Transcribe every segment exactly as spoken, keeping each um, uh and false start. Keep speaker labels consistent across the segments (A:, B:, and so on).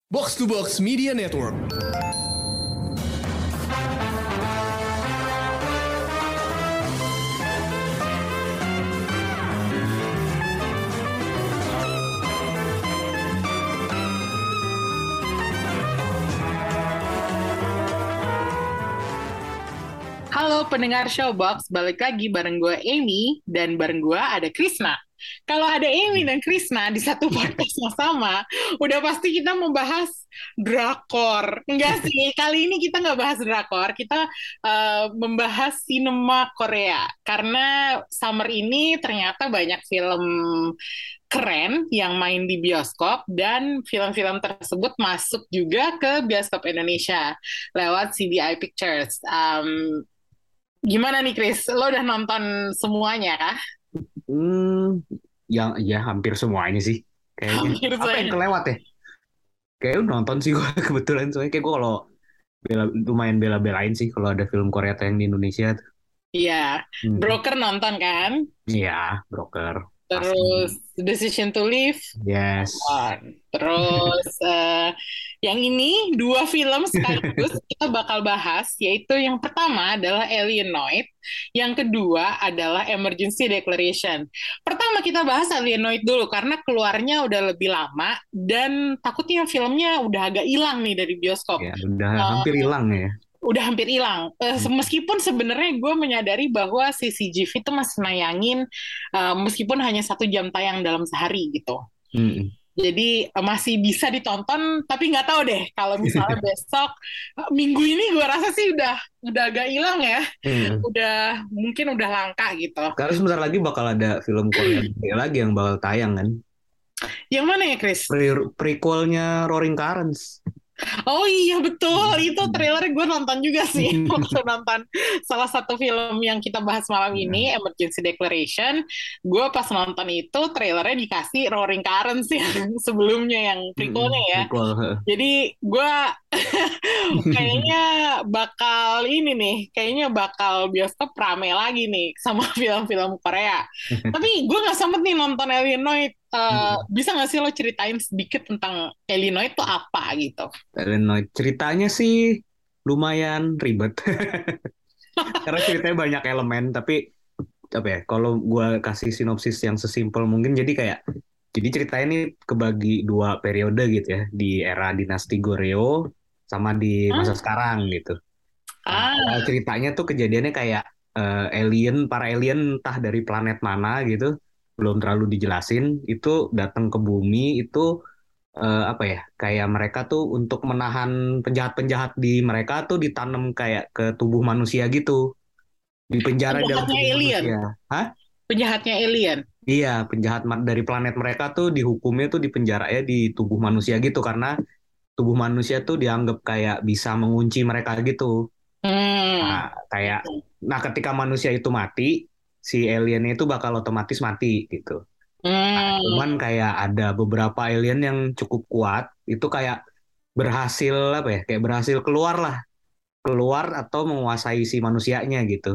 A: Box to Box Media Network.
B: Halo pendengar Showbox, balik lagi bareng gue Amy dan bareng gue ada Krisna. Kalau ada Amy dan Krisna di satu podcast yang sama, udah pasti kita membahas drakor. Enggak sih, kali ini kita nggak bahas drakor, kita eh, membahas sinema Korea. Karena summer ini ternyata banyak film keren yang main di bioskop dan film-film tersebut masuk juga ke bioskop Indonesia lewat C B I Pictures. Um, Gimana nih Chris? Lo udah nonton semuanya kah?
C: Hmm, yang ya hampir semua ini sih kayaknya.
B: Hampir
C: Apa yang
B: saya.
C: kelewat ya? Kayaknya udah nonton sih gue kebetulan soalnya kayak gue kalau bela, lumayan bela-belain sih kalau ada film Korea tayang di Indonesia.
B: Iya,
C: Hmm.
B: Broker nonton kan?
C: Iya, Broker pasti.
B: Terus Decision to Live
C: Yes.
B: nonton. Terus eh, yang ini dua film sekaligus kita bakal bahas, yaitu yang pertama adalah Alienoid, yang kedua adalah Emergency Declaration. Pertama kita bahas Alienoid dulu karena keluarnya udah lebih lama dan takutnya filmnya udah agak hilang nih dari bioskop.
C: Ya udah
B: Eh,
C: hampir hilang ya.
B: udah hampir hilang. Eh,
C: Hmm.
B: meskipun sebenarnya gue menyadari bahwa si C G V itu masih nayangin eh, meskipun hanya satu jam tayang dalam sehari gitu.
C: Hmm.
B: Jadi eh, masih bisa ditonton, tapi nggak tahu deh kalau misalnya besok eh, minggu ini gue rasa sih udah udah agak hilang ya,
C: Hmm.
B: udah mungkin udah langka gitu.
C: Karena sebentar lagi bakal ada film Korea lagi yang bakal tayang kan.
B: Yang mana ya Chris?
C: Pre prequelnya Roaring Currents.
B: Oh iya betul, itu trailer gue nonton juga sih
C: Hmm.
B: waktu nonton salah satu film yang kita bahas malam ini, Emergency Declaration. Gue pas nonton itu trailernya dikasih Roaring Currents yang sebelumnya yang prequelnya
C: Hmm.
B: ya.
C: Prequel.
B: Jadi gue kayaknya bakal ini nih, kayaknya bakal bioskop rame lagi nih sama film-film Korea. Tapi gue nggak sempet nih nonton Alienoid. Eh, bisa nggak sih lo ceritain sedikit tentang Alienoid itu apa gitu?
C: Illinois. Ceritanya sih lumayan ribet karena ceritanya banyak elemen, tapi apa ya? Kalau gue kasih sinopsis yang sesimpel mungkin, jadi kayak jadi ceritanya ini kebagi dua periode gitu ya, di era dinasti Goryeo sama di masa
B: Hah?
C: sekarang gitu. Nah, awal
B: Ah,
C: ceritanya tuh kejadiannya kayak eh, alien, para alien entah dari planet mana gitu, belum terlalu dijelasin, itu datang ke bumi itu eh, apa ya, kayak mereka tuh untuk menahan penjahat-penjahat di mereka tuh ditanam kayak ke tubuh manusia gitu, dipenjara di dalam
B: penjahatnya
C: tubuh
B: alien,
C: manusia. Hah?
B: penjahatnya alien.
C: Iya, penjahat ma- dari planet mereka tuh dihukumnya tuh dipenjara ya di tubuh manusia gitu, karena tubuh manusia tuh dianggap kayak bisa mengunci mereka gitu. Nah,
B: Hmm.
C: kayak nah ketika manusia itu mati, si aliennya itu bakal otomatis mati gitu. Cuman
B: Hmm.
C: kayak ada beberapa alien yang cukup kuat, itu kayak berhasil apa ya, kayak berhasil keluar lah, keluar atau menguasai si manusianya gitu.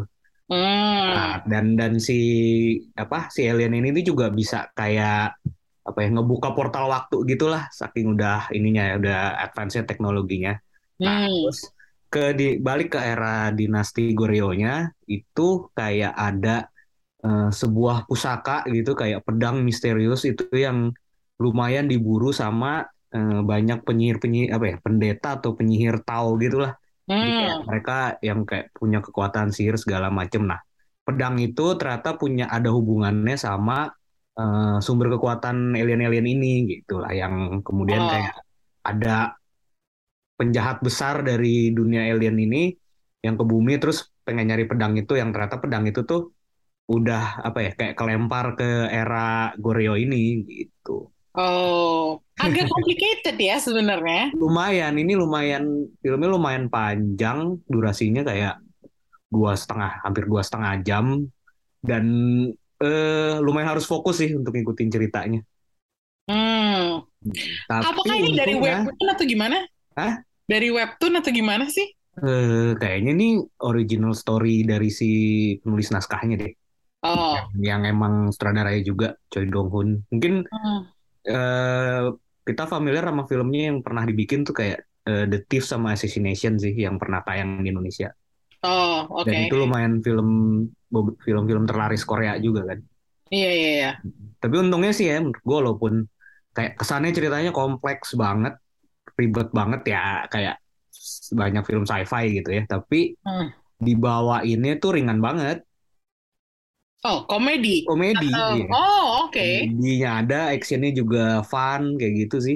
B: Hmm.
C: Nah, dan dan si apa si alien ini tuh juga bisa kayak apa ya, ngebuka portal waktu gitulah, saking udah ininya ya, udah advance teknologinya. Nah,
B: Hmm.
C: terus ke di balik ke era dinasti Goryeo-nya itu kayak ada eh, sebuah pusaka gitu, kayak pedang misterius itu yang lumayan diburu sama eh, banyak penyihir-penyihir apa ya, pendeta atau penyihir Tao gitulah. Jadi kayak
B: Hmm.
C: mereka yang kayak punya kekuatan sihir segala macem. Nah, pedang itu ternyata punya ada hubungannya sama eh, sumber kekuatan alien-alien ini gitu lah, yang kemudian kayak
B: Oh.
C: ada penjahat besar dari dunia alien ini yang ke bumi terus pengen nyari pedang itu, yang ternyata pedang itu tuh udah apa ya, kayak kelempar ke era Goryeo ini gitu.
B: Oh. Agak complicated ya sebenarnya.
C: Lumayan, ini lumayan, filmnya lumayan panjang, durasinya kayak dua setengah, hampir dua setengah jam, dan eh, lumayan harus fokus sih untuk ngikutin ceritanya.
B: Hmm.
C: Tapi
B: Apakah ini dari
C: untungnya,
B: webtoon atau gimana?
C: ah,
B: Dari webtoon atau gimana sih?
C: eh, kayaknya nih original story dari si penulis naskahnya deh, yang,
B: Oh.
C: yang emang sutradaranya juga Choi Dong Hoon. Mungkin
B: Hmm.
C: eh, kita familiar sama filmnya yang pernah dibikin tuh kayak eh, The Thief sama Assassination sih yang pernah tayang di Indonesia.
B: Oh, oke.
C: Dan itu lumayan film film-film terlaris Korea juga kan.
B: Iya, iya, iya.
C: Tapi untungnya sih ya menurut gue walaupun kayak kesannya ceritanya kompleks banget, ribet banget ya kayak banyak film sci-fi gitu ya. Tapi
B: Hmm.
C: dibawainnya tuh ringan banget.
B: Oh, komedi.
C: Komedi,
B: Atau-
C: iya.
B: Oh, oke.
C: Komedinya ada, actionnya juga fun kayak gitu sih.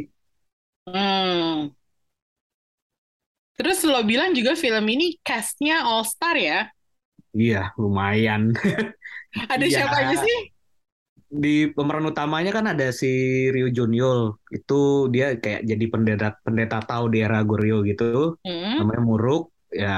B: Hmm. Terus lo bilang juga film ini cast-nya all star ya?
C: Iya, lumayan.
B: Ada
C: Iya,
B: siapa aja sih?
C: di pemeran utamanya kan ada si Ryo Jun-yeol. Itu dia kayak jadi pendeta pendeta Tao di era Goryeo gitu.
B: Hmm.
C: Namanya Muruk. Ya,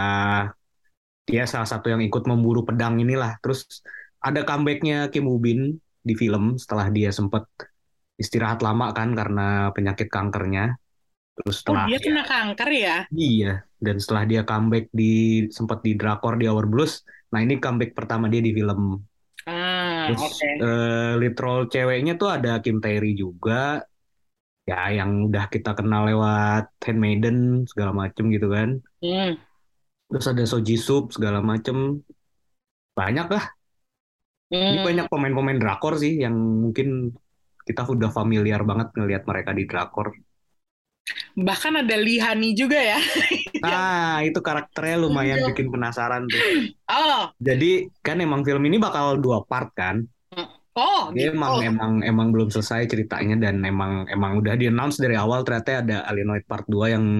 C: dia salah satu yang ikut memburu pedang inilah. Terus ada comebacknya Kim Woo Bin di film setelah dia sempat istirahat lama kan karena penyakit kankernya. Terus
B: Oh,
C: setelah
B: dia kena kanker ya?
C: iya, dan setelah dia comeback di sempat di drakor di Our Blues. Nah, ini comeback pertama dia di film.
B: Ah,
C: Terus
B: oke.
C: eh, lead role ceweknya tuh ada Kim Tae-ri juga, ya yang udah kita kenal lewat Handmaiden segala macem gitu kan.
B: Hmm.
C: Terus ada So Ji Sup segala macem, banyak lah. Ini
B: Hmm.
C: banyak pemain-pemain drakor sih yang mungkin kita udah familiar banget ngelihat mereka di drakor.
B: Bahkan ada Lihani juga ya?
C: Nah, itu karakternya lumayan
B: Iya.
C: bikin penasaran tuh.
B: Oh,
C: Jadi kan emang film ini bakal dua part kan.
B: oh
C: Dia
B: gitu.
C: emang emang emang belum selesai ceritanya dan emang emang udah di announce dari awal ternyata ada Alienoid Part dua yang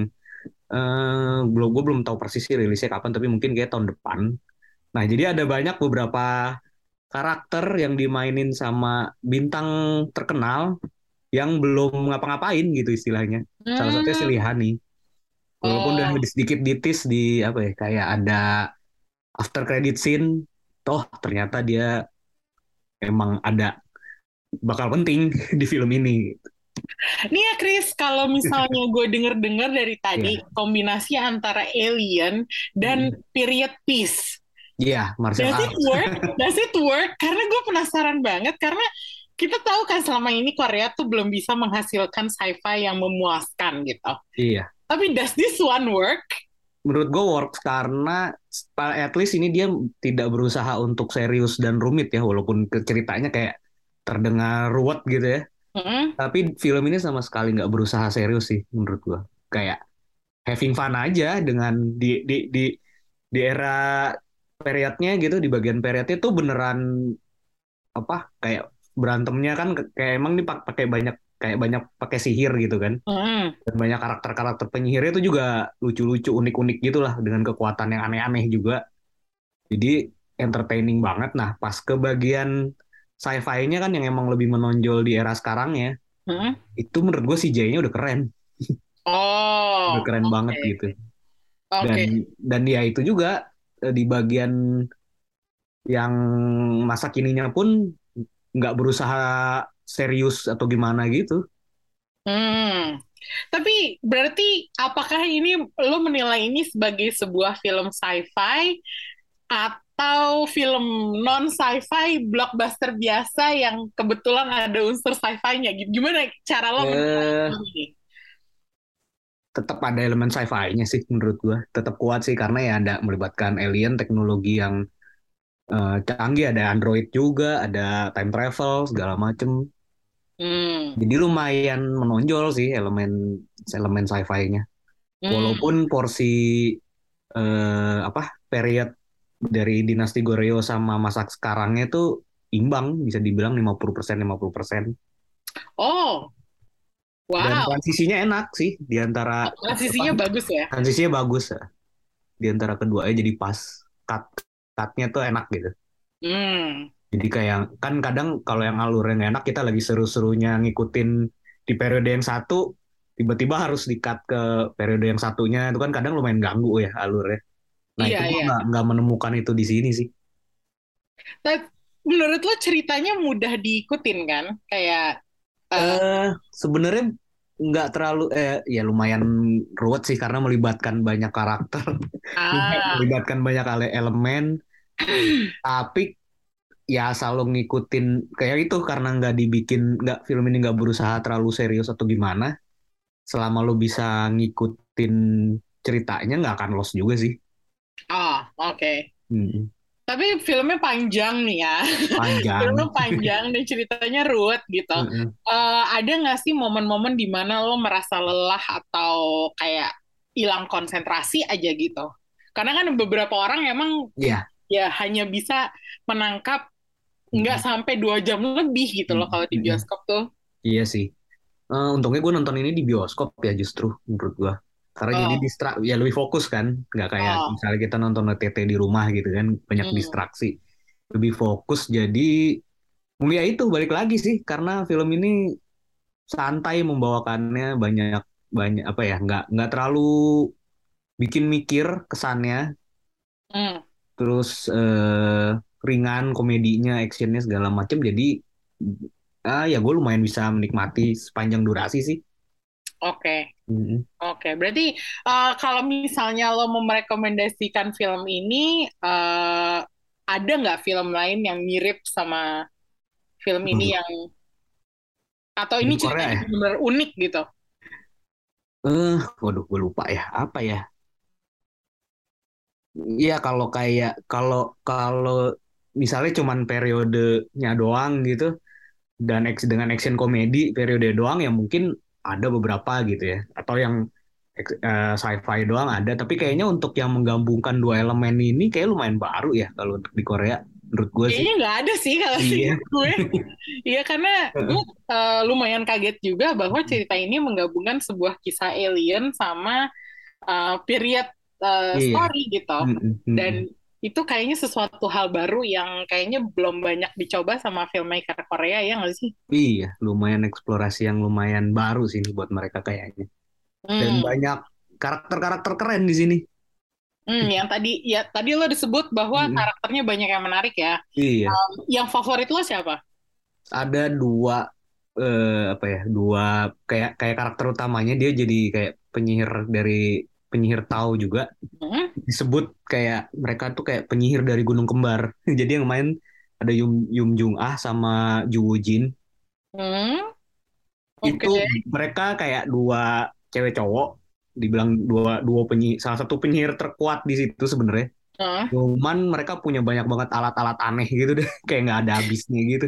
C: eh belum gue belum tahu persis sih rilisnya kapan tapi mungkin kayak tahun depan. Nah, jadi ada banyak beberapa karakter yang dimainin sama bintang terkenal yang belum ngapa-ngapain gitu istilahnya. Salah satunya si
B: Hmm.
C: Lihani. Walaupun udah
B: Oh,
C: sedikit ditis di apa ya kayak ada after credit scene, toh ternyata dia emang ada bakal penting di film ini.
B: nih ya Chris, kalau misalnya gue denger-dengar dari tadi
C: Iya,
B: kombinasi antara alien dan period piece.
C: iya, martial
B: Does it
C: arts.
B: work? Does it work? Karena gue penasaran banget karena kita tahu kan selama ini Korea tuh belum bisa menghasilkan sci-fi yang memuaskan gitu.
C: Iya,
B: Tapi does this one work?
C: menurut gue works karena at least ini dia tidak berusaha untuk serius dan rumit ya, walaupun ke- ceritanya kayak terdengar ruwet gitu ya.
B: Hmm?
C: Tapi film ini sama sekali nggak berusaha serius sih menurut gue. Kayak having fun aja dengan di di di di era periodnya gitu, di bagian periodnya tuh beneran apa kayak berantemnya kan kayak emang nih pak- pakai banyak kayak banyak pakai sihir gitu kan.
B: Hmm.
C: Dan banyak karakter-karakter penyihirnya itu juga lucu-lucu, unik-unik gitulah dengan kekuatan yang aneh-aneh juga. Jadi entertaining banget. Nah, pas ke bagian sci-fi-nya kan yang emang lebih menonjol di era sekarang ya,
B: Hmm?
C: itu menurut gue C J-nya udah keren, udah
B: Oh,
C: keren banget
B: oke.
C: gitu.
B: Oke.
C: Dan dan ya itu juga eh, di bagian yang masa kininya pun nggak berusaha serius atau gimana gitu.
B: Hmm. Tapi berarti apakah ini lo menilai ini sebagai sebuah film sci-fi atau film non sci-fi blockbuster biasa yang kebetulan ada unsur sci-fi-nya? Gimana cara lo menilai
C: Eh,
B: film ini?
C: tetap ada elemen sci-fi-nya sih menurut gua. Tetap kuat sih karena ya ada melibatkan alien, teknologi yang eh, canggih, ada android juga, ada time travel segala macem.
B: Hmm.
C: Jadi lumayan menonjol sih elemen elemen sci-fi-nya.
B: Hmm.
C: Walaupun porsi eh, apa period dari dinasti Goryeo sama masa sekarangnya tuh imbang, bisa dibilang lima puluh persen lima puluh persen.
B: Oh,
C: Dan
B: wow.
C: transisinya enak sih di antara apa?
B: Transisinya bagus ya.
C: Transisinya bagus ya. Di antara keduanya jadi pas. Cut cutnya tuh enak gitu.
B: Hmm.
C: Jadi kayak kan kadang kalau yang alurnya nggak enak kita lagi seru-serunya ngikutin di periode yang satu tiba-tiba harus di-cut ke periode yang satunya itu kan kadang lumayan ganggu ya alurnya. Nah
B: Iya,
C: itu gua
B: iya.
C: nggak nggak menemukan itu di sini sih.
B: Tapi menurut lo ceritanya mudah diikutin kan? Kayak eh,
C: Eh sebenarnya nggak terlalu eh ya lumayan ruwet sih karena melibatkan banyak karakter,
B: ah,
C: melibatkan banyak ele- elemen. Tapi ya asal lo ngikutin kayak itu karena nggak dibikin nggak film ini nggak berusaha terlalu serius atau gimana. Selama lo bisa ngikutin ceritanya nggak akan lost juga sih.
B: Oh, oke.
C: Hmm,
B: Tapi filmnya panjang nih ya.
C: panjang.
B: Filmnya panjang dan ceritanya ruwet gitu.
C: Heeh.
B: Eh, ada nggak sih momen-momen di mana lo merasa lelah atau kayak hilang konsentrasi aja gitu? Karena kan beberapa orang emang
C: Iya.
B: ya hanya bisa menangkap nggak
C: Mm-mm.
B: sampai dua jam lebih gitu loh kalau di
C: Mm-mm.
B: bioskop tuh.
C: Iya sih. Eh, untungnya gue nonton ini di bioskop ya justru menurut gue. Karena jadi
B: Oh,
C: distra ya lebih fokus kan, nggak kayak
B: oh,
C: misalnya kita nonton O T T di rumah gitu kan banyak
B: hmm,
C: distraksi. Lebih fokus jadi ya itu balik lagi sih karena film ini santai membawakannya banyak banyak apa ya nggak nggak terlalu bikin mikir kesannya.
B: hmm,
C: Terus eh, ringan komedinya, actionnya segala macam. Jadi ah ya gue lumayan bisa menikmati sepanjang durasi sih.
B: oke.
C: Mm-mm.
B: Oke, berarti eh, kalau misalnya lo mau merekomendasikan film ini, eh, ada nggak film lain yang mirip sama film ini
C: Aduh,
B: yang atau ini
C: film Korea
B: ceritanya
C: ya?
B: benar-benar unik gitu?
C: Eh, waduh, gue lupa ya. Apa ya? Iya kalau kayak kalau kalau misalnya cuman periodenya doang gitu dan ex- dengan action komedi periode doang ya mungkin ada beberapa gitu ya. Atau yang ex- eh, sci-fi doang ada. Tapi kayaknya untuk yang menggabungkan dua elemen ini kayak lumayan baru ya kalau untuk di Korea menurut gue sih.
B: Kayaknya nggak ada sih kalau
C: Iya.
B: seingat gue. Iya, karena gue eh, lumayan kaget juga bahwa cerita ini menggabungkan sebuah kisah alien sama eh, period eh,
C: Iya.
B: story gitu.
C: Mm-mm, mm-mm.
B: Dan itu kayaknya sesuatu hal baru yang kayaknya belum banyak dicoba sama filmmaker Korea ya nggak sih?
C: Iya, lumayan eksplorasi yang lumayan baru sih ini buat mereka kayaknya. Dan
B: Hmm.
C: banyak karakter-karakter keren di sini.
B: Hmm, yang tadi ya tadi lo disebut bahwa
C: Mm-mm.
B: karakternya banyak yang menarik ya.
C: Iya,
B: Um, yang favorit lo siapa?
C: ada dua eh, apa ya, dua kayak kayak karakter utamanya dia jadi kayak penyihir dari penyihir Tao juga
B: Hmm?
C: disebut kayak mereka tuh kayak penyihir dari Gunung Kembar. Jadi yang main ada Yum Yum Jung Ah sama Ju Woo Jin.
B: Hmm? Oke.
C: Itu mereka kayak dua cewek cowok dibilang dua dua penyihir salah satu penyihir terkuat di situ sebenarnya.
B: Nah.
C: Cuman mereka punya banyak banget alat-alat aneh gitu deh, kayak nggak ada habisnya gitu.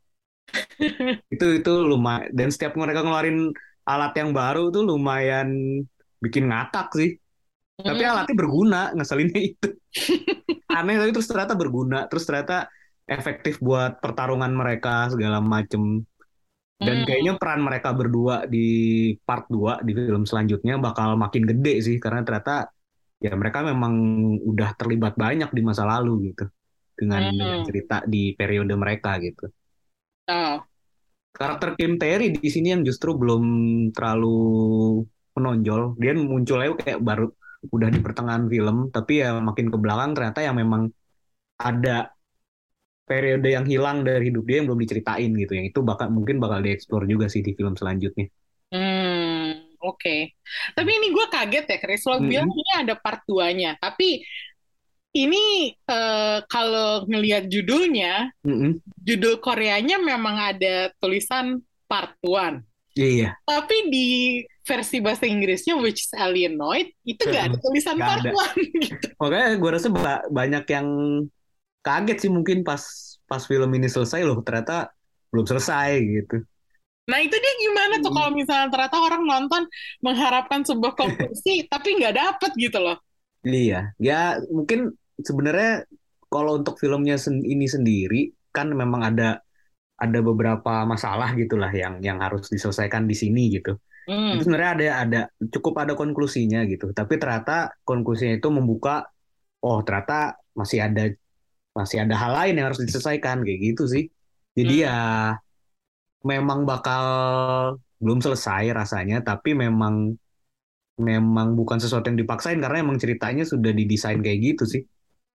C: Itu itu lumayan dan setiap mereka ngeluarin alat yang baru tuh lumayan bikin ngakak sih. Tapi
B: Hmm.
C: alatnya berguna, ngeselinnya itu. Aneh tapi terus ternyata berguna, terus ternyata efektif buat pertarungan mereka segala macem. Dan
B: Hmm.
C: kayaknya peran mereka berdua di part dua di film selanjutnya bakal makin gede sih karena ternyata ya mereka memang udah terlibat banyak di masa lalu gitu dengan dengan
B: Hmm.
C: cerita di periode mereka gitu.
B: Oh.
C: Karakter Kim Tae-ri di sini yang justru belum terlalu menonjol. Dia munculnya kayak baru udah di pertengahan film, tapi ya makin ke belakang ternyata yang memang ada periode yang hilang dari hidup dia yang belum diceritain gitu. Yang itu bakal mungkin bakal dieksplor juga sih di film selanjutnya.
B: Hmm. Oke. Tapi ini gue kaget ya, Chris. Lo bilang
C: Mm-mm,
B: ini ada part dua-nya. Tapi ini eh, kalau ngelihat judulnya,
C: mm-mm.
B: judul Koreanya memang ada tulisan part one.
C: Iya,
B: Tapi di versi bahasa Inggrisnya, which is Alienoid, itu gak ada tulisan
C: nggak
B: part
C: ada.
B: one gitu.
C: Makanya gue rasa ba- banyak yang kaget sih mungkin pas pas film ini selesai loh ternyata belum selesai gitu.
B: Nah itu dia gimana tuh kalau misalnya ternyata orang nonton mengharapkan sebuah konklusi, tapi nggak dapet gitu loh.
C: Iya, ya mungkin sebenarnya kalau untuk filmnya sen- ini sendiri kan memang ada ada beberapa masalah gitulah yang yang harus diselesaikan di sini gitu. Itu
B: Hmm.
C: sebenarnya ada ada cukup ada konklusinya gitu. Tapi ternyata konklusinya itu membuka oh ternyata masih ada masih ada hal lain yang harus diselesaikan kayak gitu sih. Jadi ya
B: Hmm.
C: memang bakal belum selesai rasanya, tapi memang memang bukan sesuatu yang dipaksain karena emang ceritanya sudah didesain kayak gitu sih.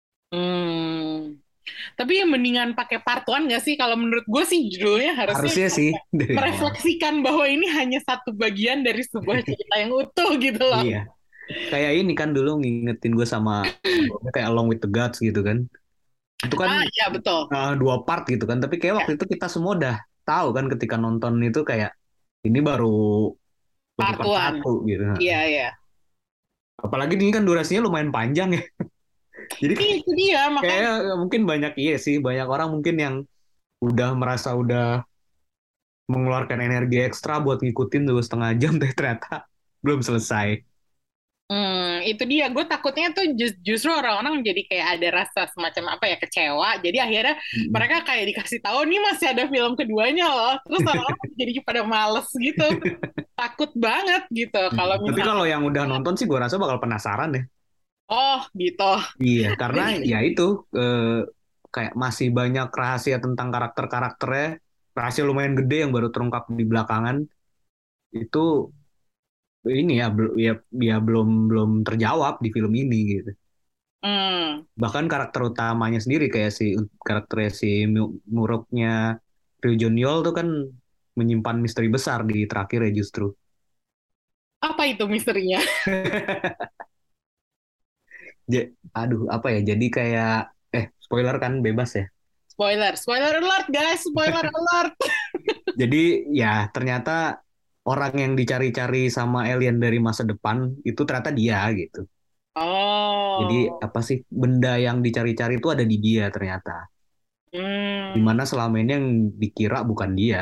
B: Hmm. Tapi yang mendingan pakai part one nggak sih? Kalau menurut gue sih judulnya harusnya
C: Harusnya sih dari awal.
B: merefleksikan bahwa ini hanya satu bagian dari sebuah cerita yang utuh gitu loh.
C: Iya. Kayak ini kan dulu ngingetin gue sama kayak Along with the Gods gitu kan. Itu kan
B: Ah, ya betul.
C: uh, dua part gitu kan. Tapi kayak
B: Ya,
C: waktu itu kita semua udah tahu kan ketika nonton itu kayak ini baru baru
B: part
C: part
B: one.
C: satu gitu.
B: Iya, iya.
C: Apalagi ini kan durasinya lumayan panjang ya. Jadi
B: Ih, itu dia, makanya
C: kayak mungkin banyak iya sih, banyak orang mungkin yang udah merasa udah mengeluarkan energi ekstra buat ngikutin dua setengah jam, tapi ternyata belum selesai.
B: Hmm, itu dia. Gue takutnya tuh jus- justru orang-orang jadi kayak ada rasa semacam apa ya, kecewa. Jadi akhirnya
C: Mm-mm.
B: mereka kayak dikasih tahu nih masih ada film keduanya loh. Terus orang-orang jadi pada males gitu. Takut banget gitu. Kalau
C: Tapi kalau
B: misalnya,
C: yang udah nonton sih gue rasa bakal penasaran ya.
B: oh gitu.
C: Iya, karena
B: Jadi,
C: ya itu eh, kayak masih banyak rahasia tentang karakter-karakternya, rahasia lumayan gede yang baru terungkap di belakangan. Itu ini ya, bel- ya, ya belum belum terjawab di film ini gitu.
B: hmm,
C: Bahkan karakter utamanya sendiri kayak si karakternya si Mu- Muroknya Ryo Jun Yeol tuh kan menyimpan misteri besar di terakhir ya justru.
B: apa itu misterinya?
C: Ja- aduh apa ya? Jadi kayak eh spoiler kan bebas ya.
B: Spoiler, spoiler alert guys, spoiler alert.
C: Jadi ya ternyata orang yang dicari-cari sama alien dari masa depan itu ternyata dia gitu. Jadi
B: Oh,
C: apa sih benda yang dicari-cari itu ada di dia ternyata.
B: hmm,
C: Dimana selama ini yang dikira bukan dia.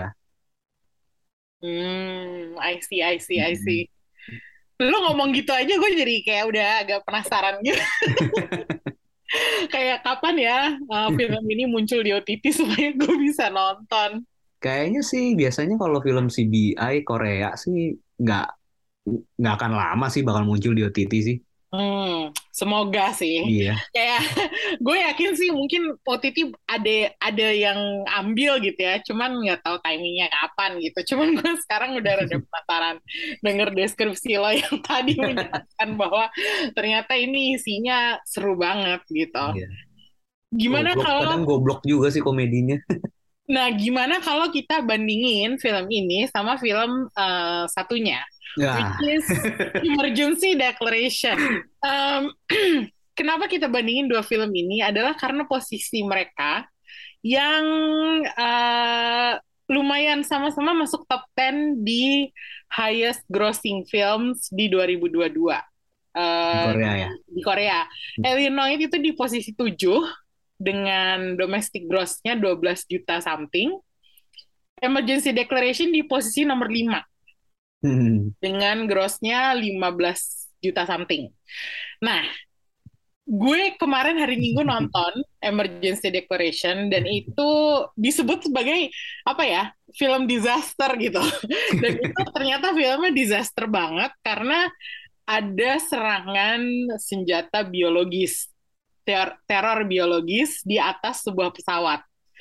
B: hmm, I see, I see, I
C: Mm-mm.
B: see. Lu ngomong gitu aja gue jadi kayak udah agak penasaran gitu. Kayak kapan ya uh, film ini muncul di O T T supaya gue bisa nonton.
C: Kayaknya sih biasanya kalau film C G I Korea sih nggak nggak akan lama sih bakal muncul di O T T sih.
B: Hmm, semoga sih.
C: Iya.
B: Kayak gue yakin sih mungkin O T T ada ada yang ambil gitu ya, cuman nggak tahu timingnya kapan gitu. Cuman gue sekarang udah rada penasaran denger deskripsi lo yang tadi menjelaskan bahwa ternyata ini isinya seru banget gitu.
C: Iya.
B: Gimana
C: Goblok, kadang
B: kalau
C: goblok juga sih komedinya.
B: Nah, gimana kalau kita bandingin film ini sama film eh, satunya, which
C: Nah,
B: is Emergency Declaration. Em, kenapa kita bandingin dua film ini adalah karena posisi mereka yang eh, lumayan sama-sama masuk top sepuluh di highest grossing films di dua ribu dua puluh dua
C: di
B: eh,
C: Korea ya.
B: di, di Korea. Illinois itu di posisi tujuh dengan domestic gross-nya dua belas juta something. Emergency Declaration di posisi nomor lima
C: Hmm.
B: dengan gross-nya lima belas juta something. Nah, gue kemarin hari Minggu nonton Emergency Declaration dan itu disebut sebagai apa ya, film disaster gitu. Dan itu ternyata filmnya disaster banget karena ada serangan senjata biologis, ter teror biologis di atas sebuah pesawat.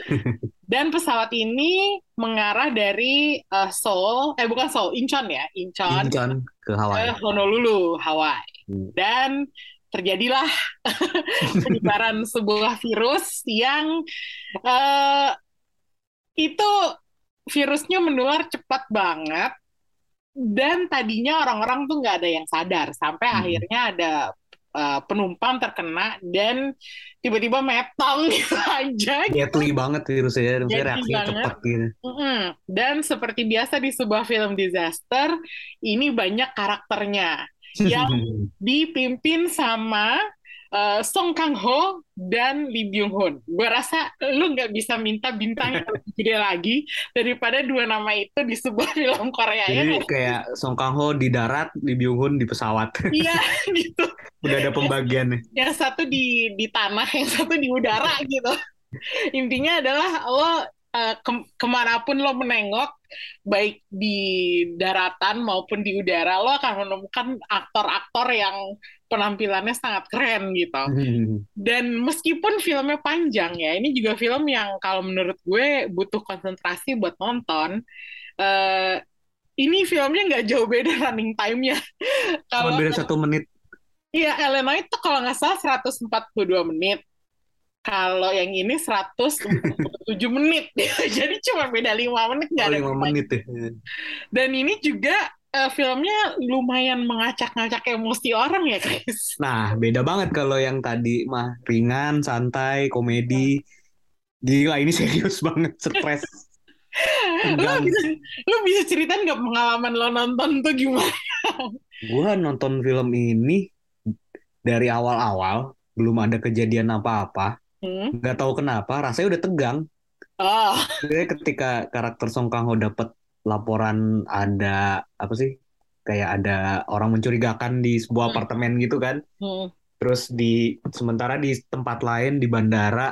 B: Dan pesawat ini mengarah dari uh, Seoul, eh bukan Seoul, Incheon ya, Incheon
C: Incheon ke
B: ke
C: Hawaii.
B: Honolulu, Hawaii.
C: Hmm.
B: Dan terjadilah penyebaran sebuah virus yang uh, itu virusnya menular cepat banget dan tadinya orang-orang tuh nggak ada yang sadar sampai
C: Hmm.
B: akhirnya ada uh, penumpang terkena dan tiba-tiba metong gitu aja.
C: Deadly banget virusnya, virusnya
B: Jadi
C: reaksinya
B: banget.
C: cepat gitu.
B: Mm-mm. Dan seperti biasa di sebuah film disaster, ini banyak karakternya yang dipimpin sama uh, Song Kang Ho dan Lee Byung Hun. Gue rasa lu nggak bisa minta bintang yang lebih gede lagi daripada dua nama itu di sebuah film Korea ya
C: Jadi
B: nggak?
C: kayak Song Kang Ho di darat, Lee Byung Hun di pesawat.
B: Iya gitu.
C: Udah ada pembagiannya.
B: Yang satu di di tanah, yang satu di udara gitu. Intinya adalah lo uh, ke- kemanapun lo menengok, baik di daratan maupun di udara, lo akan menemukan aktor-aktor yang penampilannya sangat keren gitu. Dan meskipun filmnya panjang ya, ini juga film yang kalau menurut gue butuh konsentrasi buat nonton. Uh, ini filmnya nggak jauh beda running time-nya.
C: Cuma
B: Kalau
C: beda satu menit.
B: Iya, Elena itu kalau nggak salah seratus empat puluh dua menit. Kalau yang ini seratus empat puluh tujuh menit. Jadi cuma beda lima menit nggak
C: Oh,
B: ada
C: lima
B: bedanya.
C: menit ya.
B: Dan ini juga eh, filmnya lumayan mengacak-ngacak emosi orang ya, Chris.
C: Nah, beda banget kalau yang tadi mah ringan, santai, komedi. Gila, ini serius banget, stres,
B: Lo
C: tegang.
B: bisa, lo bisa ceritain nggak pengalaman lo nonton tuh gimana?
C: Gua nonton film ini dari awal-awal, belum ada kejadian apa-apa.
B: Hmm?
C: Nggak tahu kenapa, rasanya udah tegang.
B: Oh,
C: Jadi ketika karakter Song Kang Ho dapat laporan ada apa sih? Kayak ada orang mencurigakan di sebuah
B: hmm,
C: apartemen gitu kan.
B: hmm.
C: Terus di sementara di tempat lain di bandara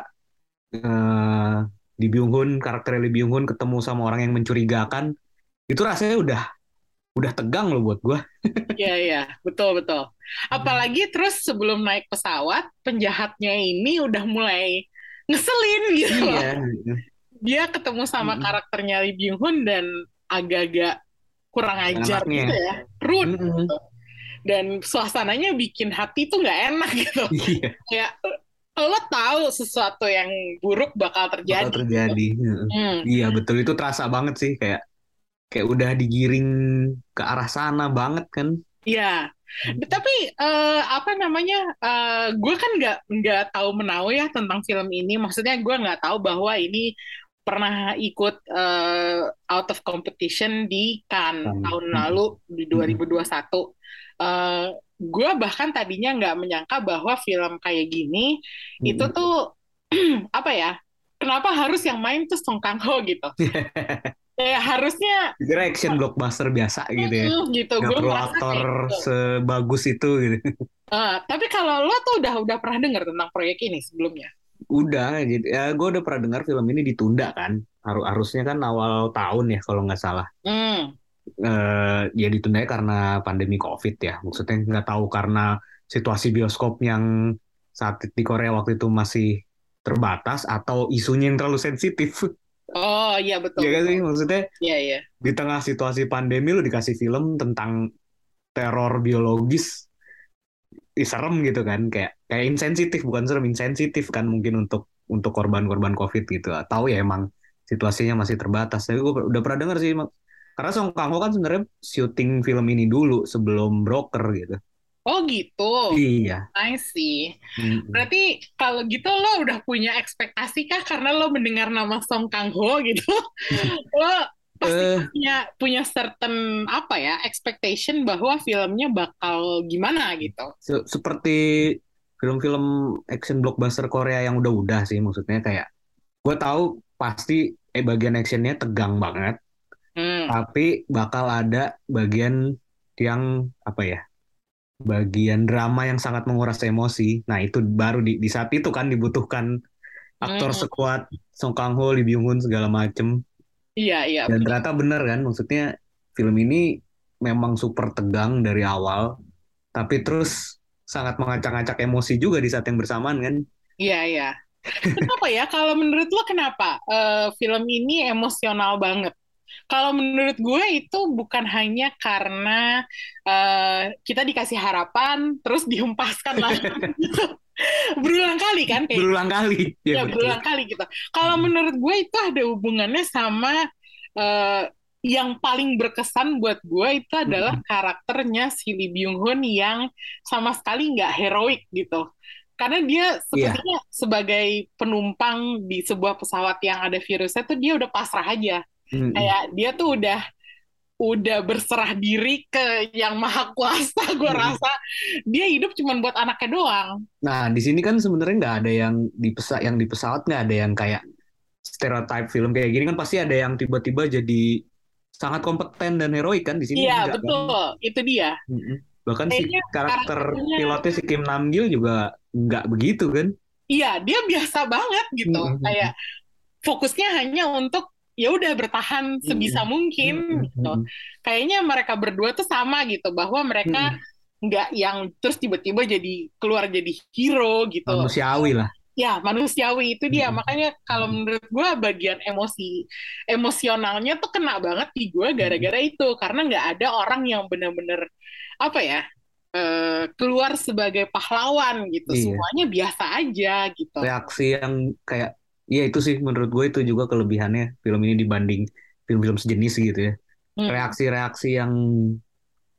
C: eh, di Byung Hun karakter Lee Byung Hun ketemu sama orang yang mencurigakan. Itu rasanya udah udah tegang loh buat gua.
B: Iya, iya, betul, betul. Apalagi terus sebelum naik pesawat, penjahatnya ini udah mulai ngeselin gitu loh.
C: Iya.
B: Dia ketemu sama
C: Mm-mm.
B: karakternya Lee Byung Hun dan agak-agak kurang ajar
C: Anaknya.
B: gitu ya, rude
C: Mm-mm.
B: gitu. Dan suasananya bikin hati tuh nggak enak gitu.
C: Iya,
B: Kayak lo tahu sesuatu yang buruk bakal
C: bakal
B: terjadi gitu.
C: terjadi. Heeh.
B: Hmm,
C: Iya, betul itu terasa banget sih kayak kayak udah digiring ke arah sana banget kan.
B: iya. Tapi eh, apa namanya? eh, gue kan nggak nggak tahu menau ya tentang film ini. Maksudnya gue nggak tahu bahwa ini pernah ikut eh, out of competition di Cannes
C: Kan.
B: tahun
C: Mm-mm.
B: lalu di
C: Mm-mm.
B: dua ribu dua puluh satu. Eh, gue bahkan tadinya nggak menyangka bahwa film kayak gini itu
C: Mm-mm.
B: tuh apa ya? Kenapa harus yang main tuh Song Kang Ho gitu? Kayak harusnya
C: Kira action blockbuster biasa gitu ya.
B: mm, gitu.
C: Nggak
B: Gue
C: perlu
B: merasa
C: aktor
B: kayak gitu.
C: sebagus itu gitu.
B: Eh, tapi kalau lo tuh udah udah pernah dengar tentang proyek ini sebelumnya?
C: Udah, jadi ya gue udah pernah dengar film ini ditunda kan. Haru- Harusnya kan awal tahun ya kalau nggak salah.
B: Hmm,
C: Eh ya ditunda karena pandemi COVID ya. Maksudnya nggak tahu karena situasi bioskop yang saat di Korea waktu itu masih terbatas atau isunya yang terlalu sensitif.
B: oh iya betul
C: Ya kan
B: betul.
C: sih, maksudnya
B: Iya iya.
C: di tengah situasi pandemi lu dikasih film tentang teror biologis, ih, serem gitu kan, kayak kayak insensitif, bukan serem, insensitif kan mungkin untuk untuk korban-korban COVID gitu. Tahu ya emang situasinya masih terbatas. Tapi gue udah pernah dengar sih, Mak. Karena Song Kang Ho kan sebenarnya syuting film ini dulu sebelum Broker gitu.
B: Oh gitu.
C: Iya.
B: I see.
C: Mm-mm.
B: Berarti kalau gitu lo udah punya ekspektasi kah karena lo mendengar nama Song Kang Ho gitu? Lo pasti
C: Eh,
B: punya punya certain apa ya expectation bahwa filmnya bakal gimana gitu.
C: se- seperti film-film action blockbuster Korea yang udah-udah sih, maksudnya kayak gue tahu pasti eh bagian actionnya tegang banget,
B: Hmm.
C: tapi bakal ada bagian yang apa ya, bagian drama yang sangat menguras emosi. Nah itu baru di, di saat itu kan dibutuhkan aktor
B: Hmm.
C: sekuat Song Kang Ho, Lee Byung Hun segala macem.
B: Iya iya
C: Dan
B: betul.
C: ternyata bener kan, maksudnya film ini memang super tegang dari awal, tapi terus sangat mengacak-acak emosi juga di saat yang bersamaan kan.
B: Iya iya. Kenapa ya? Kalau menurut lo kenapa eh, film ini emosional banget? Kalau menurut gue itu bukan hanya karena eh, kita dikasih harapan terus dihempaskan lagi berulang kali kan kayak
C: Berulang kali, ya
B: ya
C: betul.
B: berulang kali gitu. Kalau menurut gue itu ada hubungannya sama eh, yang paling berkesan buat gue itu adalah karakternya si Lee Byung Hun yang sama sekali nggak heroik gitu. Karena dia
C: Iya.
B: sepertinya sebagai penumpang di sebuah pesawat yang ada virusnya tuh dia udah pasrah aja.
C: Mm-mm.
B: Kayak dia tuh udah udah berserah diri ke yang maha kuasa. Gue
C: Mm-mm.
B: rasa dia hidup cuma buat anaknya doang.
C: Nah, di sini kan sebenarnya nggak ada yang di pesawat, yang di pesawat nggak ada yang kayak stereotype film kayak gini kan, pasti ada yang tiba-tiba jadi sangat kompeten dan heroik kan, di sini
B: Iya
C: enggak kan.
B: betul, itu dia.
C: Mm-mm. Bahkan si
B: Kayaknya
C: karakter
B: karakternya,
C: pilotnya si Kim Nam Gil juga nggak begitu kan.
B: iya dia biasa banget gitu. Kayak
C: Mm-mm.
B: fokusnya hanya untuk ya udah bertahan sebisa
C: Mm-mm.
B: mungkin gitu.
C: Mm-mm.
B: Kayaknya mereka berdua tuh sama gitu, bahwa mereka
C: Mm-mm.
B: nggak yang terus tiba-tiba jadi keluar jadi hero gitu.
C: Manusiawi lah.
B: Ya, manusiawi itu dia.
C: Mm-mm.
B: Makanya kalau menurut gue bagian emosi emosionalnya tuh kena banget di gue
C: Mm-mm.
B: gara-gara itu. Karena nggak ada orang yang bener-bener apa ya eh, keluar sebagai pahlawan gitu.
C: Iya.
B: Semuanya biasa aja gitu.
C: Reaksi yang kayak, iya itu sih menurut gue itu juga kelebihannya film ini dibanding film-film sejenis gitu ya.
B: Hmm.
C: Reaksi-reaksi yang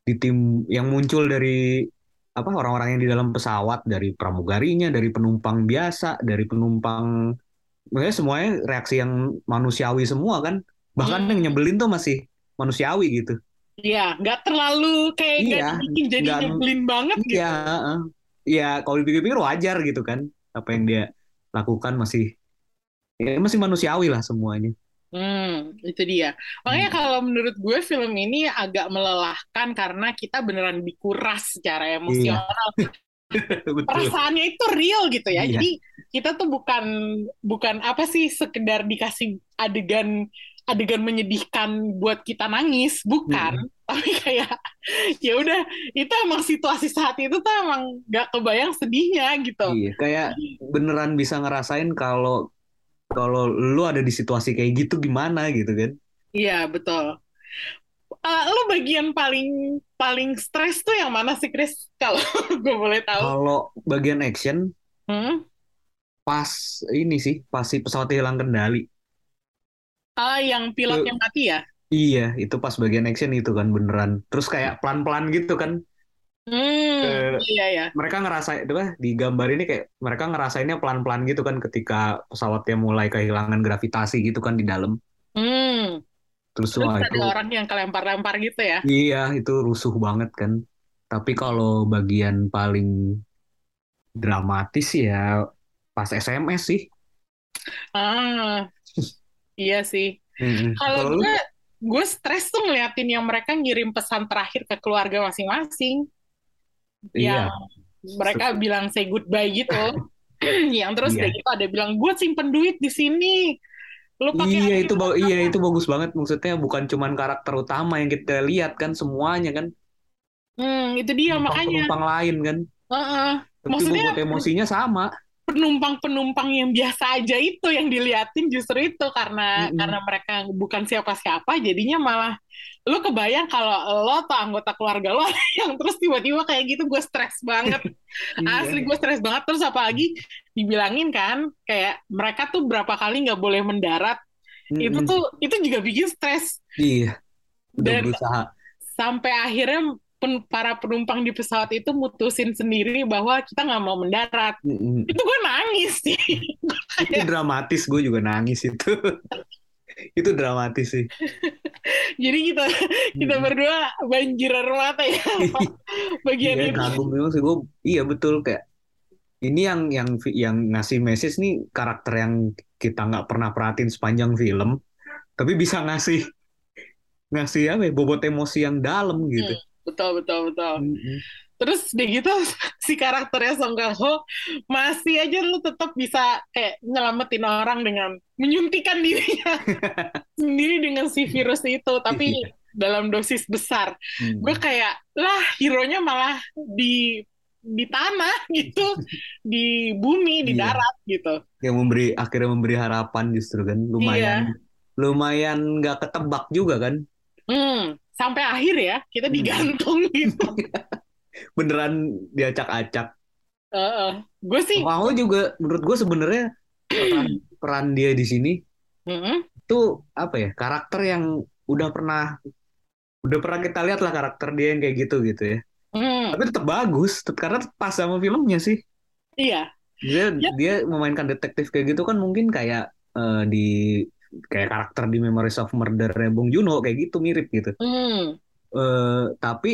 C: di tim yang muncul dari apa orang-orang yang di dalam pesawat, dari pramugarinya, dari penumpang biasa, dari penumpang, makanya semuanya reaksi yang manusiawi semua kan. Bahkan yang
B: Hmm,
C: nyebelin tuh masih manusiawi gitu.
B: iya, nggak terlalu kayak nggak
C: Iya,
B: dibikin jadi
C: nggak,
B: nyebelin banget
C: iya,
B: gitu.
C: heeh. Iya, kalau dipikir-pikir wajar gitu kan. Apa yang dia lakukan masih, ya masih manusiawi lah semuanya.
B: Hmm, itu dia. Makanya
C: Hmm.
B: kalau menurut gue film ini agak melelahkan karena kita beneran dikuras secara
C: Iya,
B: emosional.
C: betul.
B: Perasaannya itu real gitu ya.
C: Iya,
B: Jadi kita tuh bukan bukan apa sih sekedar dikasih adegan adegan menyedihkan buat kita nangis, bukan.
C: mm-mm.
B: Tapi kayak ya udah itu emang situasi saat itu tuh emang gak kebayang sedihnya gitu.
C: Iya, kayak beneran bisa ngerasain kalau kalau lu ada di situasi kayak gitu gimana gitu kan.
B: Iya, betul. Eh, lo bagian paling paling stres tuh yang mana sih, Chris? Kalau gue boleh tahu.
C: Kalau bagian action
B: Hmm?
C: pas ini sih, pas si pesawat hilang kendali.
B: Ah, yang pilotnya
C: Itu
B: mati ya?
C: iya, itu pas bagian action itu kan beneran. Terus kayak pelan-pelan gitu kan.
B: Hmm,
C: Eh,
B: iya ya.
C: mereka ngerasain itu apa di gambar ini kayak mereka ngerasainnya pelan-pelan gitu kan ketika pesawatnya mulai kehilangan gravitasi gitu kan di dalam.
B: Hmm.
C: Terus
B: Terus
C: wah itu
B: ada orang yang kelempar-lempar gitu ya?
C: iya itu rusuh banget kan. Tapi kalau bagian paling dramatis ya pas S M S sih.
B: Ah, iya sih.
C: Mm-mm.
B: Kalau
C: Kalau lu?
B: gue, gue stres tuh ngeliatin yang mereka ngirim pesan terakhir ke keluarga masing-masing. Yang
C: Iya,
B: mereka bilang say goodbye gitu. Yang terus udah
C: iya.
B: gitu ada bilang, gue simpen duit di sini. Lu pakai
C: Iya
B: aja.
C: itu ba- iya itu bagus banget maksudnya bukan cuman karakter utama yang kita lihat kan semuanya kan
B: Hmm, itu dia makanya.
C: penumpang-penumpang lain kan
B: Heeh.
C: tapi
B: Maksudnya
C: bobot emosinya sama.
B: penumpang-penumpang yang biasa aja itu yang diliatin justru itu karena
C: Mm-mm.
B: karena mereka bukan siapa-siapa jadinya malah lu kebayang kalau lo atau anggota keluarga lo yang terus tiba-tiba kayak gitu gue stres banget
C: Iya.
B: asli gue stres banget terus apalagi dibilangin kan kayak mereka tuh berapa kali nggak boleh mendarat itu
C: Mm-mm.
B: tuh itu juga bikin stres
C: Iya udah
B: dan
C: berusaha.
B: sampai akhirnya pen- para penumpang di pesawat itu mutusin sendiri bahwa kita nggak mau mendarat
C: Mm-mm.
B: itu gue nangis sih
C: Itu
B: kayak
C: dramatis gue juga nangis itu. Itu dramatis sih.
B: jadi kita kita
C: Mm-mm.
B: berdua banjir air mata ya bagian
C: Iya
B: itu.
C: kagum memang sih gue. Iya betul kayak ini yang yang yang ngasih message nih karakter yang kita nggak pernah perhatiin sepanjang film tapi bisa ngasih ngasih apa ya, bobot emosi yang dalam gitu.
B: Hmm, betul betul betul.
C: Mm-mm.
B: Terus deh gitu si karakternya Song Kang Ho masih aja lu tetap bisa kayak nyelamatin orang dengan menyuntikkan dirinya sendiri dengan si virus itu tapi
C: Iya.
B: dalam dosis besar. Gue
C: Mm.
B: kayak lah hero-nya malah di di tanah gitu, di bumi, di
C: Iya.
B: darat gitu.
C: Yang memberi akhirnya memberi harapan justru kan lumayan
B: Iya.
C: lumayan nggak ketebak juga kan.
B: Hmm, sampai akhir ya kita
C: Mm-mm.
B: digantung gitu.
C: Beneran diacak-acak.
B: Uh, gue sih,
C: Mau juga menurut gue sebenarnya peran peran dia di sini
B: mm,
C: itu apa ya karakter yang udah pernah udah pernah kita lihat lah karakter dia yang kayak gitu gitu ya.
B: mm,
C: Tapi tetap bagus, tetap, karena pas sama filmnya sih.
B: iya,
C: Dia
B: ya,
C: dia memainkan detektif kayak gitu kan mungkin kayak eh, di kayak karakter di Memories of Murder Bong Joon-ho kayak gitu mirip gitu.
B: mm.
C: Eh, tapi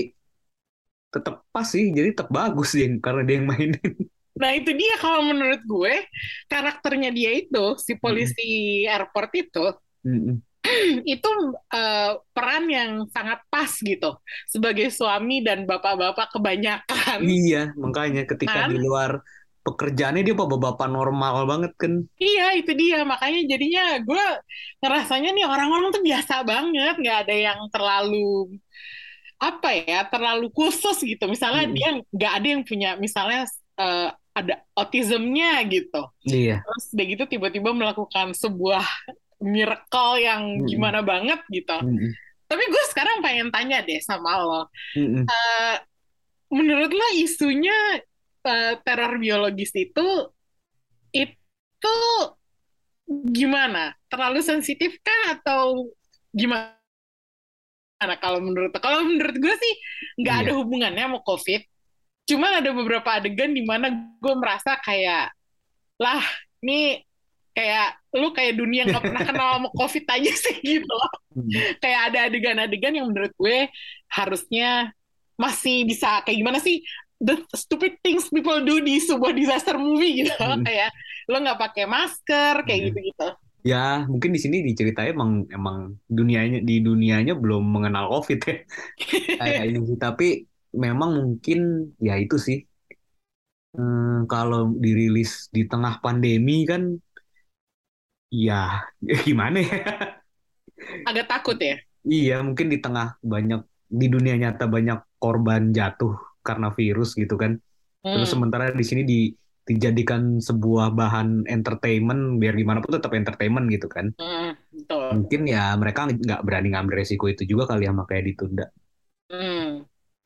C: tetap pas sih, jadi tetap bagus dia karena dia yang mainin.
B: Nah itu dia kalau menurut gue karakternya dia itu si
C: Mm-mm.
B: polisi airport itu
C: Mm-mm.
B: itu eh, peran yang sangat pas gitu sebagai suami dan bapak-bapak kebanyakan
C: Iya, makanya ketika
B: kan.
C: di luar pekerjaannya dia bapak-bapak normal banget kan.
B: Iya, itu dia. Makanya jadinya gue ngerasanya nih orang-orang tuh biasa banget, nggak ada yang terlalu apa ya, terlalu khusus gitu. Misalnya dia
C: Mm-mm.
B: nggak ada yang punya, misalnya eh, ada autismnya gitu.
C: Iya.
B: Terus udah gitu tiba-tiba melakukan sebuah miracle yang
C: Mm-mm.
B: gimana banget gitu.
C: Mm-mm.
B: Tapi gue sekarang pengen tanya deh sama lo.
C: Mm-mm.
B: Eh, menurut lo isunya eh, teror biologis itu itu gimana? Terlalu sensitif kah atau gimana? Nah, kalau menurut kalau menurut gue sih nggak ada
C: Iya.
B: hubungannya sama COVID. Cuman ada beberapa adegan di mana gue merasa kayak lah, ini kayak lu kayak dunia nggak pernah kenal sama COVID aja sih gitu loh.
C: Hmm.
B: Kayak ada adegan-adegan yang menurut gue harusnya masih bisa kayak gimana sih, the stupid things people do di sebuah disaster movie gitu.
C: Hmm.
B: Kayak lo nggak pakai masker kayak
C: Iya.
B: gitu-gitu.
C: Ya, mungkin di sini diceritain emang emang dunianya di dunianya belum mengenal COVID ya. Kayak ini sih, tapi memang mungkin ya itu sih. Hmm, kalau dirilis di tengah pandemi kan ya gimana ya?
B: Agak takut ya.
C: Iya, mungkin di tengah banyak di dunia nyata banyak korban jatuh karena virus gitu kan. Terus
B: Hmm,
C: sementara di sini di, dijadikan sebuah bahan entertainment biar gimana pun tetap entertainment gitu kan.
B: hmm, betul.
C: Mungkin ya mereka nggak berani ngambil resiko itu juga kali ya makanya ditunda.
B: Hmm.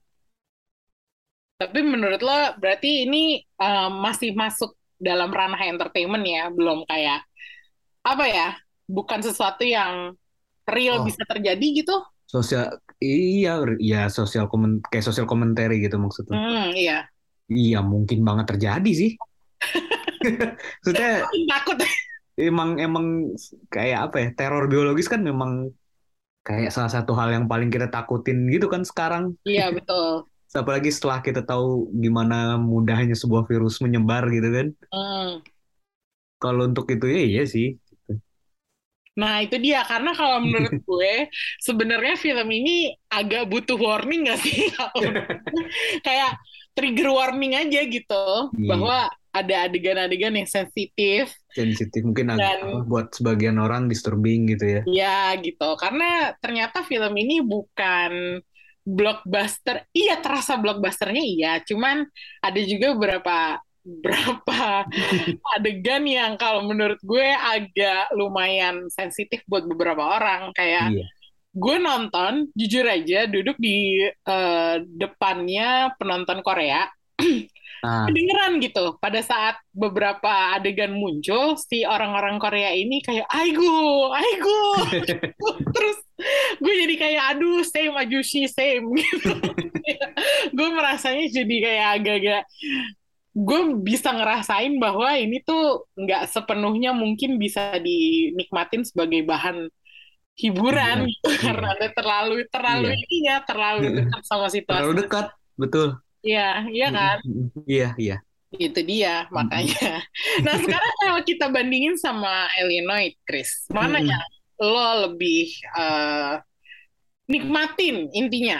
B: Tapi menurut lo berarti ini eh, masih masuk dalam ranah entertainment ya, belum kayak apa ya? Bukan sesuatu yang real
C: Oh,
B: bisa terjadi gitu?
C: sosial iya iya sosial komen kayak sosial commentary gitu maksudnya.
B: Hmm, iya.
C: Iya mungkin banget terjadi sih. Maksudnya
B: Takut.
C: emang emang kayak apa ya teror biologis kan memang kayak salah satu hal yang paling kita takutin gitu kan sekarang.
B: Iya, betul.
C: Apalagi setelah kita tahu gimana mudahnya sebuah virus menyebar gitu kan.
B: Hmm.
C: Kalau untuk itu ya iya sih.
B: Nah, itu dia. Karena kalau menurut gue, sebenarnya film ini agak butuh warning nggak sih? Kalau menurut gue, kayak trigger warning aja gitu.
C: Iya,
B: Bahwa ada adegan-adegan yang sensitif.
C: sensitif mungkin ag- apa,
B: Dan
C: buat sebagian orang disturbing gitu ya.
B: ya gitu. Karena ternyata film ini bukan blockbuster. Iya, terasa blockbusternya iya. Cuman ada juga beberapa berapa adegan yang kalau menurut gue agak lumayan sensitif buat beberapa orang. Kayak
C: Iya.
B: gue nonton, jujur aja, duduk di eh, depannya penonton Korea,
C: Ah,
B: kedengeran gitu. Pada saat beberapa adegan muncul, si orang-orang Korea ini kayak, aigo, aigo. Terus gue jadi kayak, aduh, same Ajushi, same. Gitu. Gue merasanya jadi kayak agak-agak gue bisa ngerasain bahwa ini tuh nggak sepenuhnya mungkin bisa dinikmatin sebagai bahan hiburan
C: hiburan.
B: gitu,
C: Iya,
B: karena ada terlalu terlalu
C: iya.
B: ininya terlalu dekat sama
C: Terlalu
B: situasi.
C: dekat, betul.
B: Iya, iya kan?
C: Iya, iya.
B: Itu dia makanya. Nah, sekarang kalau kita bandingin sama Illinois, Chris, mana yang lo lebih eh, nikmatin intinya?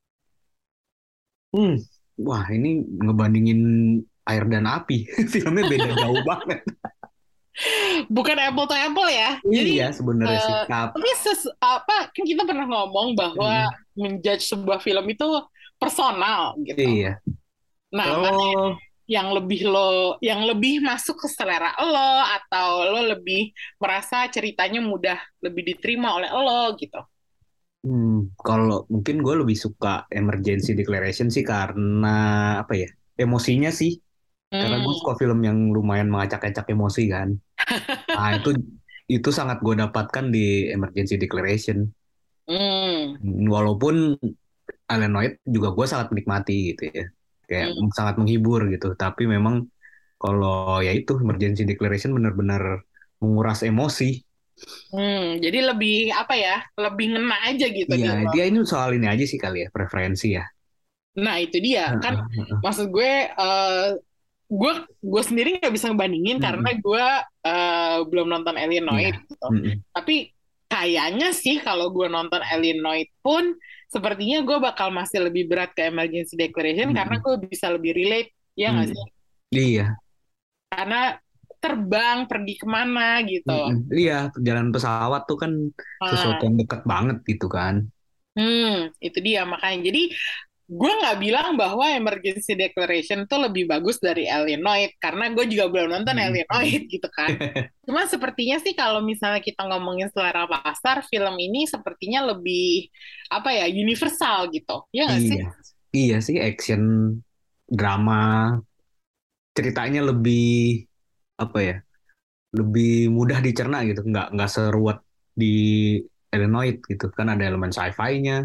C: Hmm. Wah, ini ngebandingin air dan api. Filmnya beda jauh banget.
B: Bukan apple to apple ya.
C: Iya,
B: Jadi
C: sebenarnya sih.
B: eh,
C: Tap.
B: tapi ses, apa kan kita pernah ngomong bahwa
C: Mm,
B: menjudge sebuah film itu personal gitu.
C: iya.
B: Nah, mana
C: Kalau
B: yang lebih lo yang lebih masuk ke selera lo atau lo lebih merasa ceritanya mudah lebih diterima oleh lo gitu.
C: hmm, kalau mungkin gue lebih suka Emergency Declaration sih karena apa ya? Emosinya sih. Karena gue
B: Hmm.
C: suka film yang lumayan mengacak-acak emosi kan. Nah, itu itu sangat gue dapatkan di Emergency Declaration.
B: Hmm.
C: Hmm, Walaupun Alenoid juga gue sangat menikmati gitu ya. Kayak
B: Hmm.
C: sangat menghibur gitu. Tapi memang kalau ya itu Emergency Declaration benar-benar menguras emosi.
B: Hmm. Jadi lebih apa ya? Lebih ngena aja gitu
C: Iya,
B: di lo.
C: dia ini soal ini aja sih kali ya, preferensi ya.
B: Nah, itu dia kan,
C: Heeh, heeh.
B: maksud gue eh, gue gue sendiri nggak bisa ngebandingin karena
C: Mm-mm.
B: gue eh, belum nonton
C: Iya.
B: Alienoid gitu.
C: Mm-mm.
B: Tapi kayaknya sih kalau gue nonton Alienoid pun sepertinya gue bakal masih lebih berat ke Emergency Declaration karena
C: Mm-mm.
B: gue bisa lebih relate, ya nggak sih?
C: Mm-mm. Iya.
B: Karena terbang pergi kemana gitu.
C: Mm-mm. Iya, perjalanan pesawat tuh kan sesuatu
B: Nah,
C: yang dekat banget gitu kan.
B: hmm, itu dia makanya. Jadi gue nggak bilang bahwa Emergency Declaration tuh lebih bagus dari Alienoid karena gue juga belum nonton
C: Mm-mm.
B: Alienoid gitu kan. Cuma sepertinya sih kalau misalnya kita ngomongin selera pasar, film ini sepertinya lebih apa ya, universal gitu. Ya nggak sih?
C: Iya. Iya sih, action, drama, ceritanya lebih apa ya? Lebih mudah dicerna gitu, nggak nggak seruat di Illinois gitu kan ada elemen sci-fi-nya.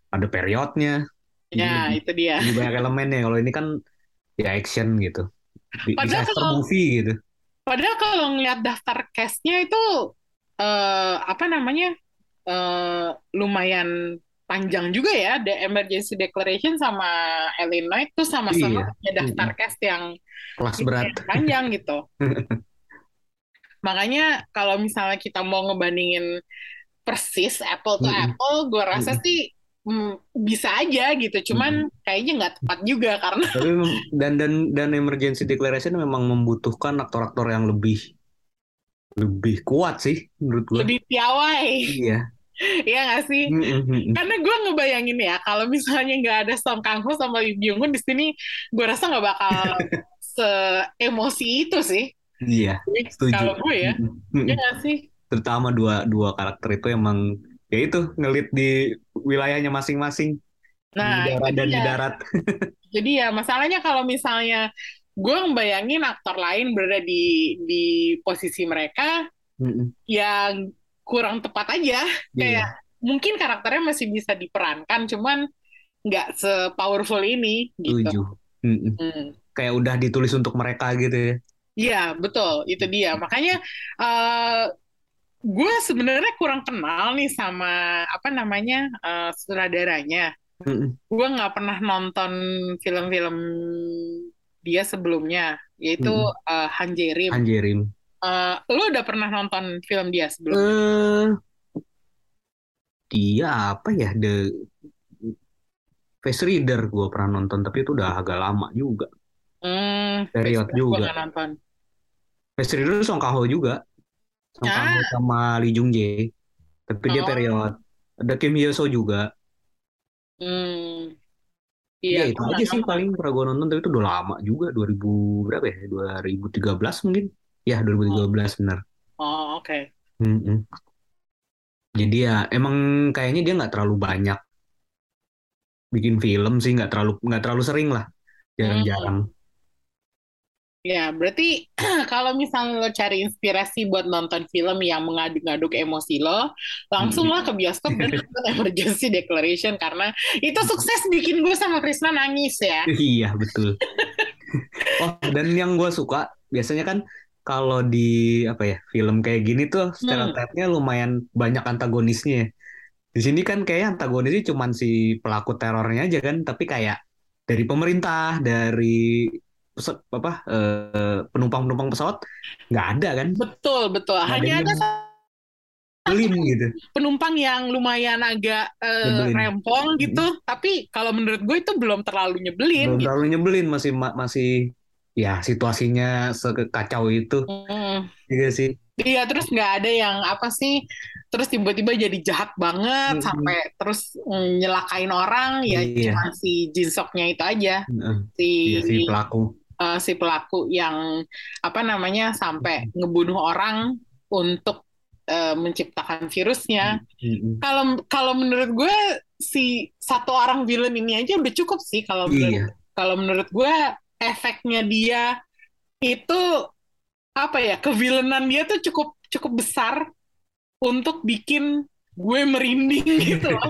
C: ada periodnya, jadi
B: Ya,
C: lebih,
B: itu dia.
C: lebih banyak elemennya. Kalau ini kan ya action gitu, Di-
B: Padahal
C: disaster
B: kalau
C: movie gitu.
B: padahal kalau ngeliat daftar cast-nya itu eh, apa namanya? eh, lumayan panjang juga ya. The Emergency Declaration sama Illinois tuh sama-sama
C: Iya,
B: punya daftar
C: mm-mm.
B: cast yang
C: Kelas berat.
B: lumayan panjang gitu. Makanya kalau misalnya kita mau ngebandingin persis apple to
C: Mm-mm,
B: apple, gue rasa
C: mm-mm,
B: sih mm, bisa aja gitu.
C: mm-mm.
B: Cuman kayaknya nggak tepat juga karena
C: Tapi mem- dan dan dan Emergency Declaration memang membutuhkan aktor-aktor yang lebih lebih kuat sih menurut gua.
B: lebih piawai.
C: Iya.
B: Iya nggak sih?
C: Mm-mm, mm-mm.
B: Karena gue ngebayangin ya, kalau misalnya nggak ada Song Kang Ho sama Lee Byung Hun di sini, gue rasa nggak bakal se-emosi itu sih.
C: Iya,
B: Jadi,
C: setuju.
B: kalau gue ya,
C: Mm-mm,
B: ya
C: mm-mm.
B: nggak sih?
C: Terutama dua dua karakter itu emang ya itu ngelit di wilayahnya masing-masing di
B: Nah, itu
C: udara dan di
B: dia.
C: darat.
B: Jadi ya, masalahnya kalau misalnya gue ngebayangin aktor lain berada di di posisi mereka,
C: Mm-mm.
B: yang kurang tepat aja. Kayak
C: Iya,
B: mungkin karakternya masih bisa diperankan, cuman nggak se-powerful ini gitu.
C: setuju. Mm-mm.
B: Hmm.
C: Kayak udah ditulis untuk mereka gitu ya.
B: Iya, betul. Itu dia. Makanya eh gue sebenarnya kurang kenal nih sama apa namanya eh, sutradaranya.
C: Mm-mm.
B: Gue nggak pernah nonton film-film dia sebelumnya, yaitu
C: Mm-mm.
B: eh, Han Jae-rim.
C: Anjirim.
B: Eh, lo udah pernah nonton film dia sebelumnya?
C: Eh, dia apa ya? The Face Reader gue pernah nonton, tapi itu udah agak lama juga.
B: Hmm,
C: Period
B: Face gue
C: juga.
B: nggak nonton.
C: Face Reader Song Kang Ho juga. Song Kang Ho
B: Ah,
C: sama Lee Jung Jae. Tapi dia
B: oh,
C: period. Ada Kim Hyo So juga.
B: hmm, iya,
C: Ya itu
B: gue nggak
C: aja sih
B: nonton.
C: paling pernah gue nonton. Tapi itu udah lama juga. dua ribu berapa ya? dua ribu tiga belas mungkin. Ya dua ribu tiga
B: Oh,
C: belas benar.
B: oh, oke.
C: Mm-mm. Jadi ya emang kayaknya dia nggak terlalu banyak bikin film sih. Nggak terlalu nggak terlalu sering lah.
B: Hmm.
C: Jarang-jarang.
B: Ya, berarti kalau misalnya lo cari inspirasi buat nonton film yang mengaduk-aduk emosi lo,
C: Mm-mm.
B: langsunglah ke bioskop dan nonton Emergency Declaration karena itu sukses bikin gue sama Krisna nangis ya.
C: Iya betul. Oh, dan yang gue suka biasanya kan kalau di apa ya film kayak gini tuh
B: Hmm,
C: stereotipnya lumayan banyak antagonisnya, ya. Di sini kan kayak antagonisnya cuman si pelaku terornya aja kan, tapi kayak dari pemerintah, dari pes- apa eh, penumpang-penumpang pesawat nggak ada kan,
B: betul, betul.
C: nggak ada
B: Hanya
C: yang
B: ada
C: nyebelin gitu,
B: penumpang yang lumayan agak eh,
C: nyebelin.
B: rempong gitu,
C: Mm-mm.
B: tapi kalau menurut gue itu belum terlalu nyebelin
C: Belum
B: gitu.
C: terlalu nyebelin, masih ma- masih ya situasinya sekacau itu
B: Hmm.
C: juga sih.
B: Iya, terus nggak ada yang apa sih, terus tiba-tiba jadi jahat banget sampai
C: Mm-mm.
B: terus mm, nyelakain orang, ya cuma
C: Iya.
B: si Jin Soknya itu aja,
C: Heeh.
B: si
C: Iya si pelaku.
B: eh, si pelaku yang apa namanya sampai ngebunuh orang untuk eh, menciptakan virusnya.
C: Mm-mm.
B: Kalau kalau menurut gue si satu orang villain ini aja udah cukup sih kalau menurut
C: Iya,
B: kalau menurut gue efeknya dia itu apa ya, kevilainan dia tuh cukup cukup besar untuk bikin gue merinding gitu loh.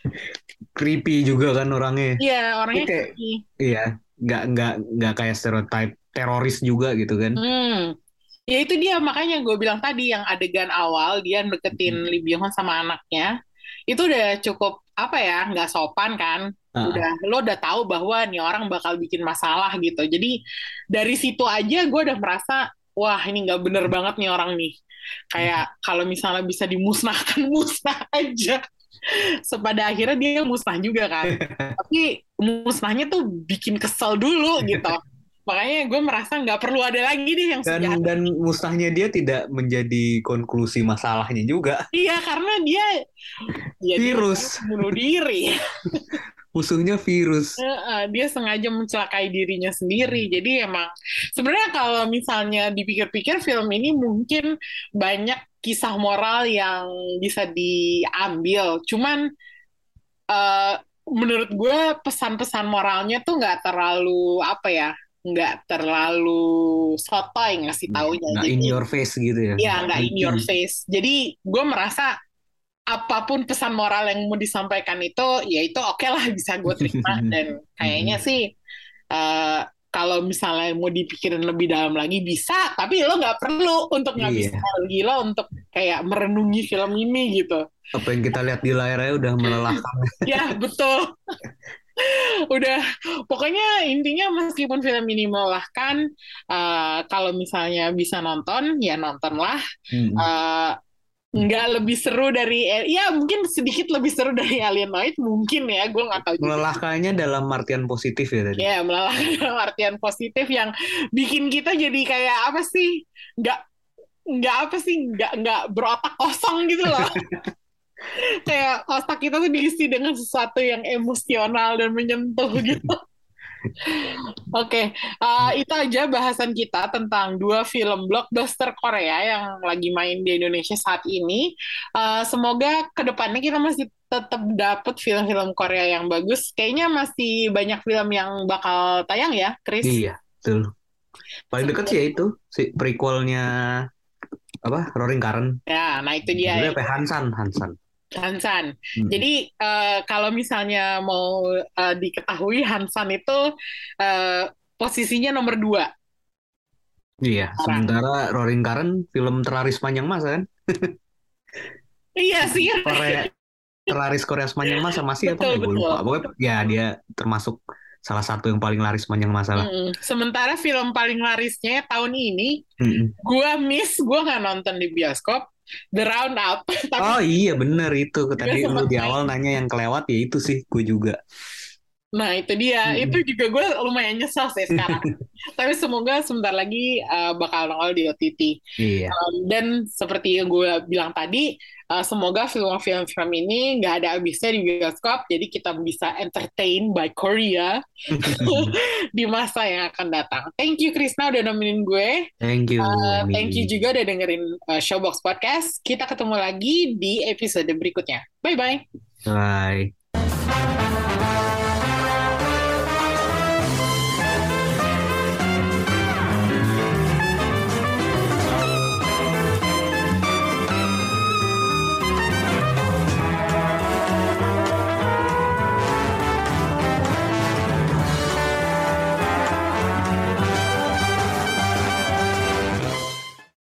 C: creepy juga kan orangnya.
B: Iya,
C: Ini
B: orangnya
C: kayak
B: creepy.
C: iya, nggak nggak nggak kayak stereotype teroris juga gitu kan.
B: Hmm. Ya itu dia makanya gue bilang tadi yang adegan awal dia deketin Lee Byung Hun sama anaknya itu udah cukup apa ya, nggak sopan kan.
C: Ah,
B: Udah lo udah tahu bahwa nih orang bakal bikin masalah gitu. Jadi dari situ aja gue udah merasa wah ini nggak bener banget nih orang nih. Kayak kalau misalnya bisa dimusnahkan musnah aja. Sepada akhirnya dia musnah juga kan. Tapi musnahnya tuh bikin kesel dulu gitu. Makanya gue merasa nggak perlu ada lagi deh yang sejahat.
C: dan dan musnahnya dia tidak menjadi konklusi masalahnya juga.
B: Iya, karena dia ya dia
C: Virus,
B: bunuh diri.
C: musuhnya virus.
B: Heeh, dia sengaja mencelakai dirinya sendiri. Jadi emang sebenarnya kalau misalnya dipikir-pikir film ini mungkin banyak kisah moral yang bisa diambil. Cuman eh, menurut gue pesan-pesan moralnya tuh nggak terlalu apa ya, nggak terlalu sotoy ngasih taunya.
C: Nggak in
B: Jadi
C: your face gitu ya,
B: ya
C: nggak
B: nggak in
C: creepy.
B: your face. Jadi gue merasa apapun pesan moral yang mau disampaikan itu, ya itu oke lah bisa gue terima. Dan kayaknya
C: Mm-mm.
B: sih eh, kalau misalnya mau dipikirin lebih dalam lagi bisa, tapi lo nggak perlu untuk ngabisin
C: Iya,
B: energi lo untuk kayak merenungi film ini gitu.
C: apa yang kita lihat di layarnya udah melelahkan.
B: Ya betul. Udah, pokoknya intinya meskipun film ini melelahkan, eh, kalau misalnya bisa nonton, ya nontonlah.
C: Mm-mm.
B: Eh, nggak lebih seru dari, ya mungkin sedikit lebih seru dari Alienoid, mungkin ya, gue nggak tahu juga.
C: Melelahkannya dalam artian positif ya tadi.
B: Ya, melelahkan dalam artian positif yang bikin kita jadi kayak apa sih? Nggak, nggak apa sih? Nggak, nggak berotak kosong gitu loh. Kayak otak kita tuh diisi dengan sesuatu yang emosional dan menyentuh gitu. Oke, uh, itu aja bahasan kita tentang dua film blockbuster Korea yang lagi main di Indonesia saat ini. Uh, semoga kedepannya kita masih tetap dapat film-film Korea yang bagus. Kayaknya masih banyak film yang bakal tayang ya, Chris?
C: Iya, betul. Paling dekat sih ya itu si prequelnya apa Roaring Karen.
B: Ya, nah itu
C: Judulnya
B: dia.
C: apa? Hansan, Hansan.
B: Hansan.
C: Mm.
B: Jadi uh, kalau misalnya mau uh, diketahui Hansan itu uh, posisinya nomor dua
C: Iya,
B: sekarang.
C: sementara Roaring Karen film terlaris panjang masa kan?
B: Iya sih.
C: Korea terlaris Korea sepanjang masa masih apa
B: Betul,
C: ya gue
B: betul.
C: lupa. Pokoknya ya dia termasuk salah satu yang paling laris sepanjang masa lah.
B: Mm-mm. Sementara film paling larisnya tahun ini,
C: Mm-mm.
B: gue miss, gue nggak nonton di bioskop, The Roundup. Tapi
C: Oh iya bener itu
B: juga
C: tadi lu
B: sempat
C: di
B: main.
C: awal nanya yang kelewat ya itu sih gue juga.
B: Nah itu dia, itu
C: Mm-mm.
B: juga gue lumayan nyesel sih sekarang. Tapi semoga sebentar lagi uh, bakal nongol di O T T.
C: Iya.
B: Um, dan seperti yang gue bilang tadi, uh, semoga film-film film ini nggak ada habisnya di bioskop, jadi kita bisa entertain by Korea di masa yang akan datang. Thank you Krisna udah nemenin gue.
C: Thank you,
B: Uh, thank you
C: Mi.
B: juga udah dengerin uh, Showbox Podcast. Kita ketemu lagi di episode berikutnya. Bye-bye.
C: Bye.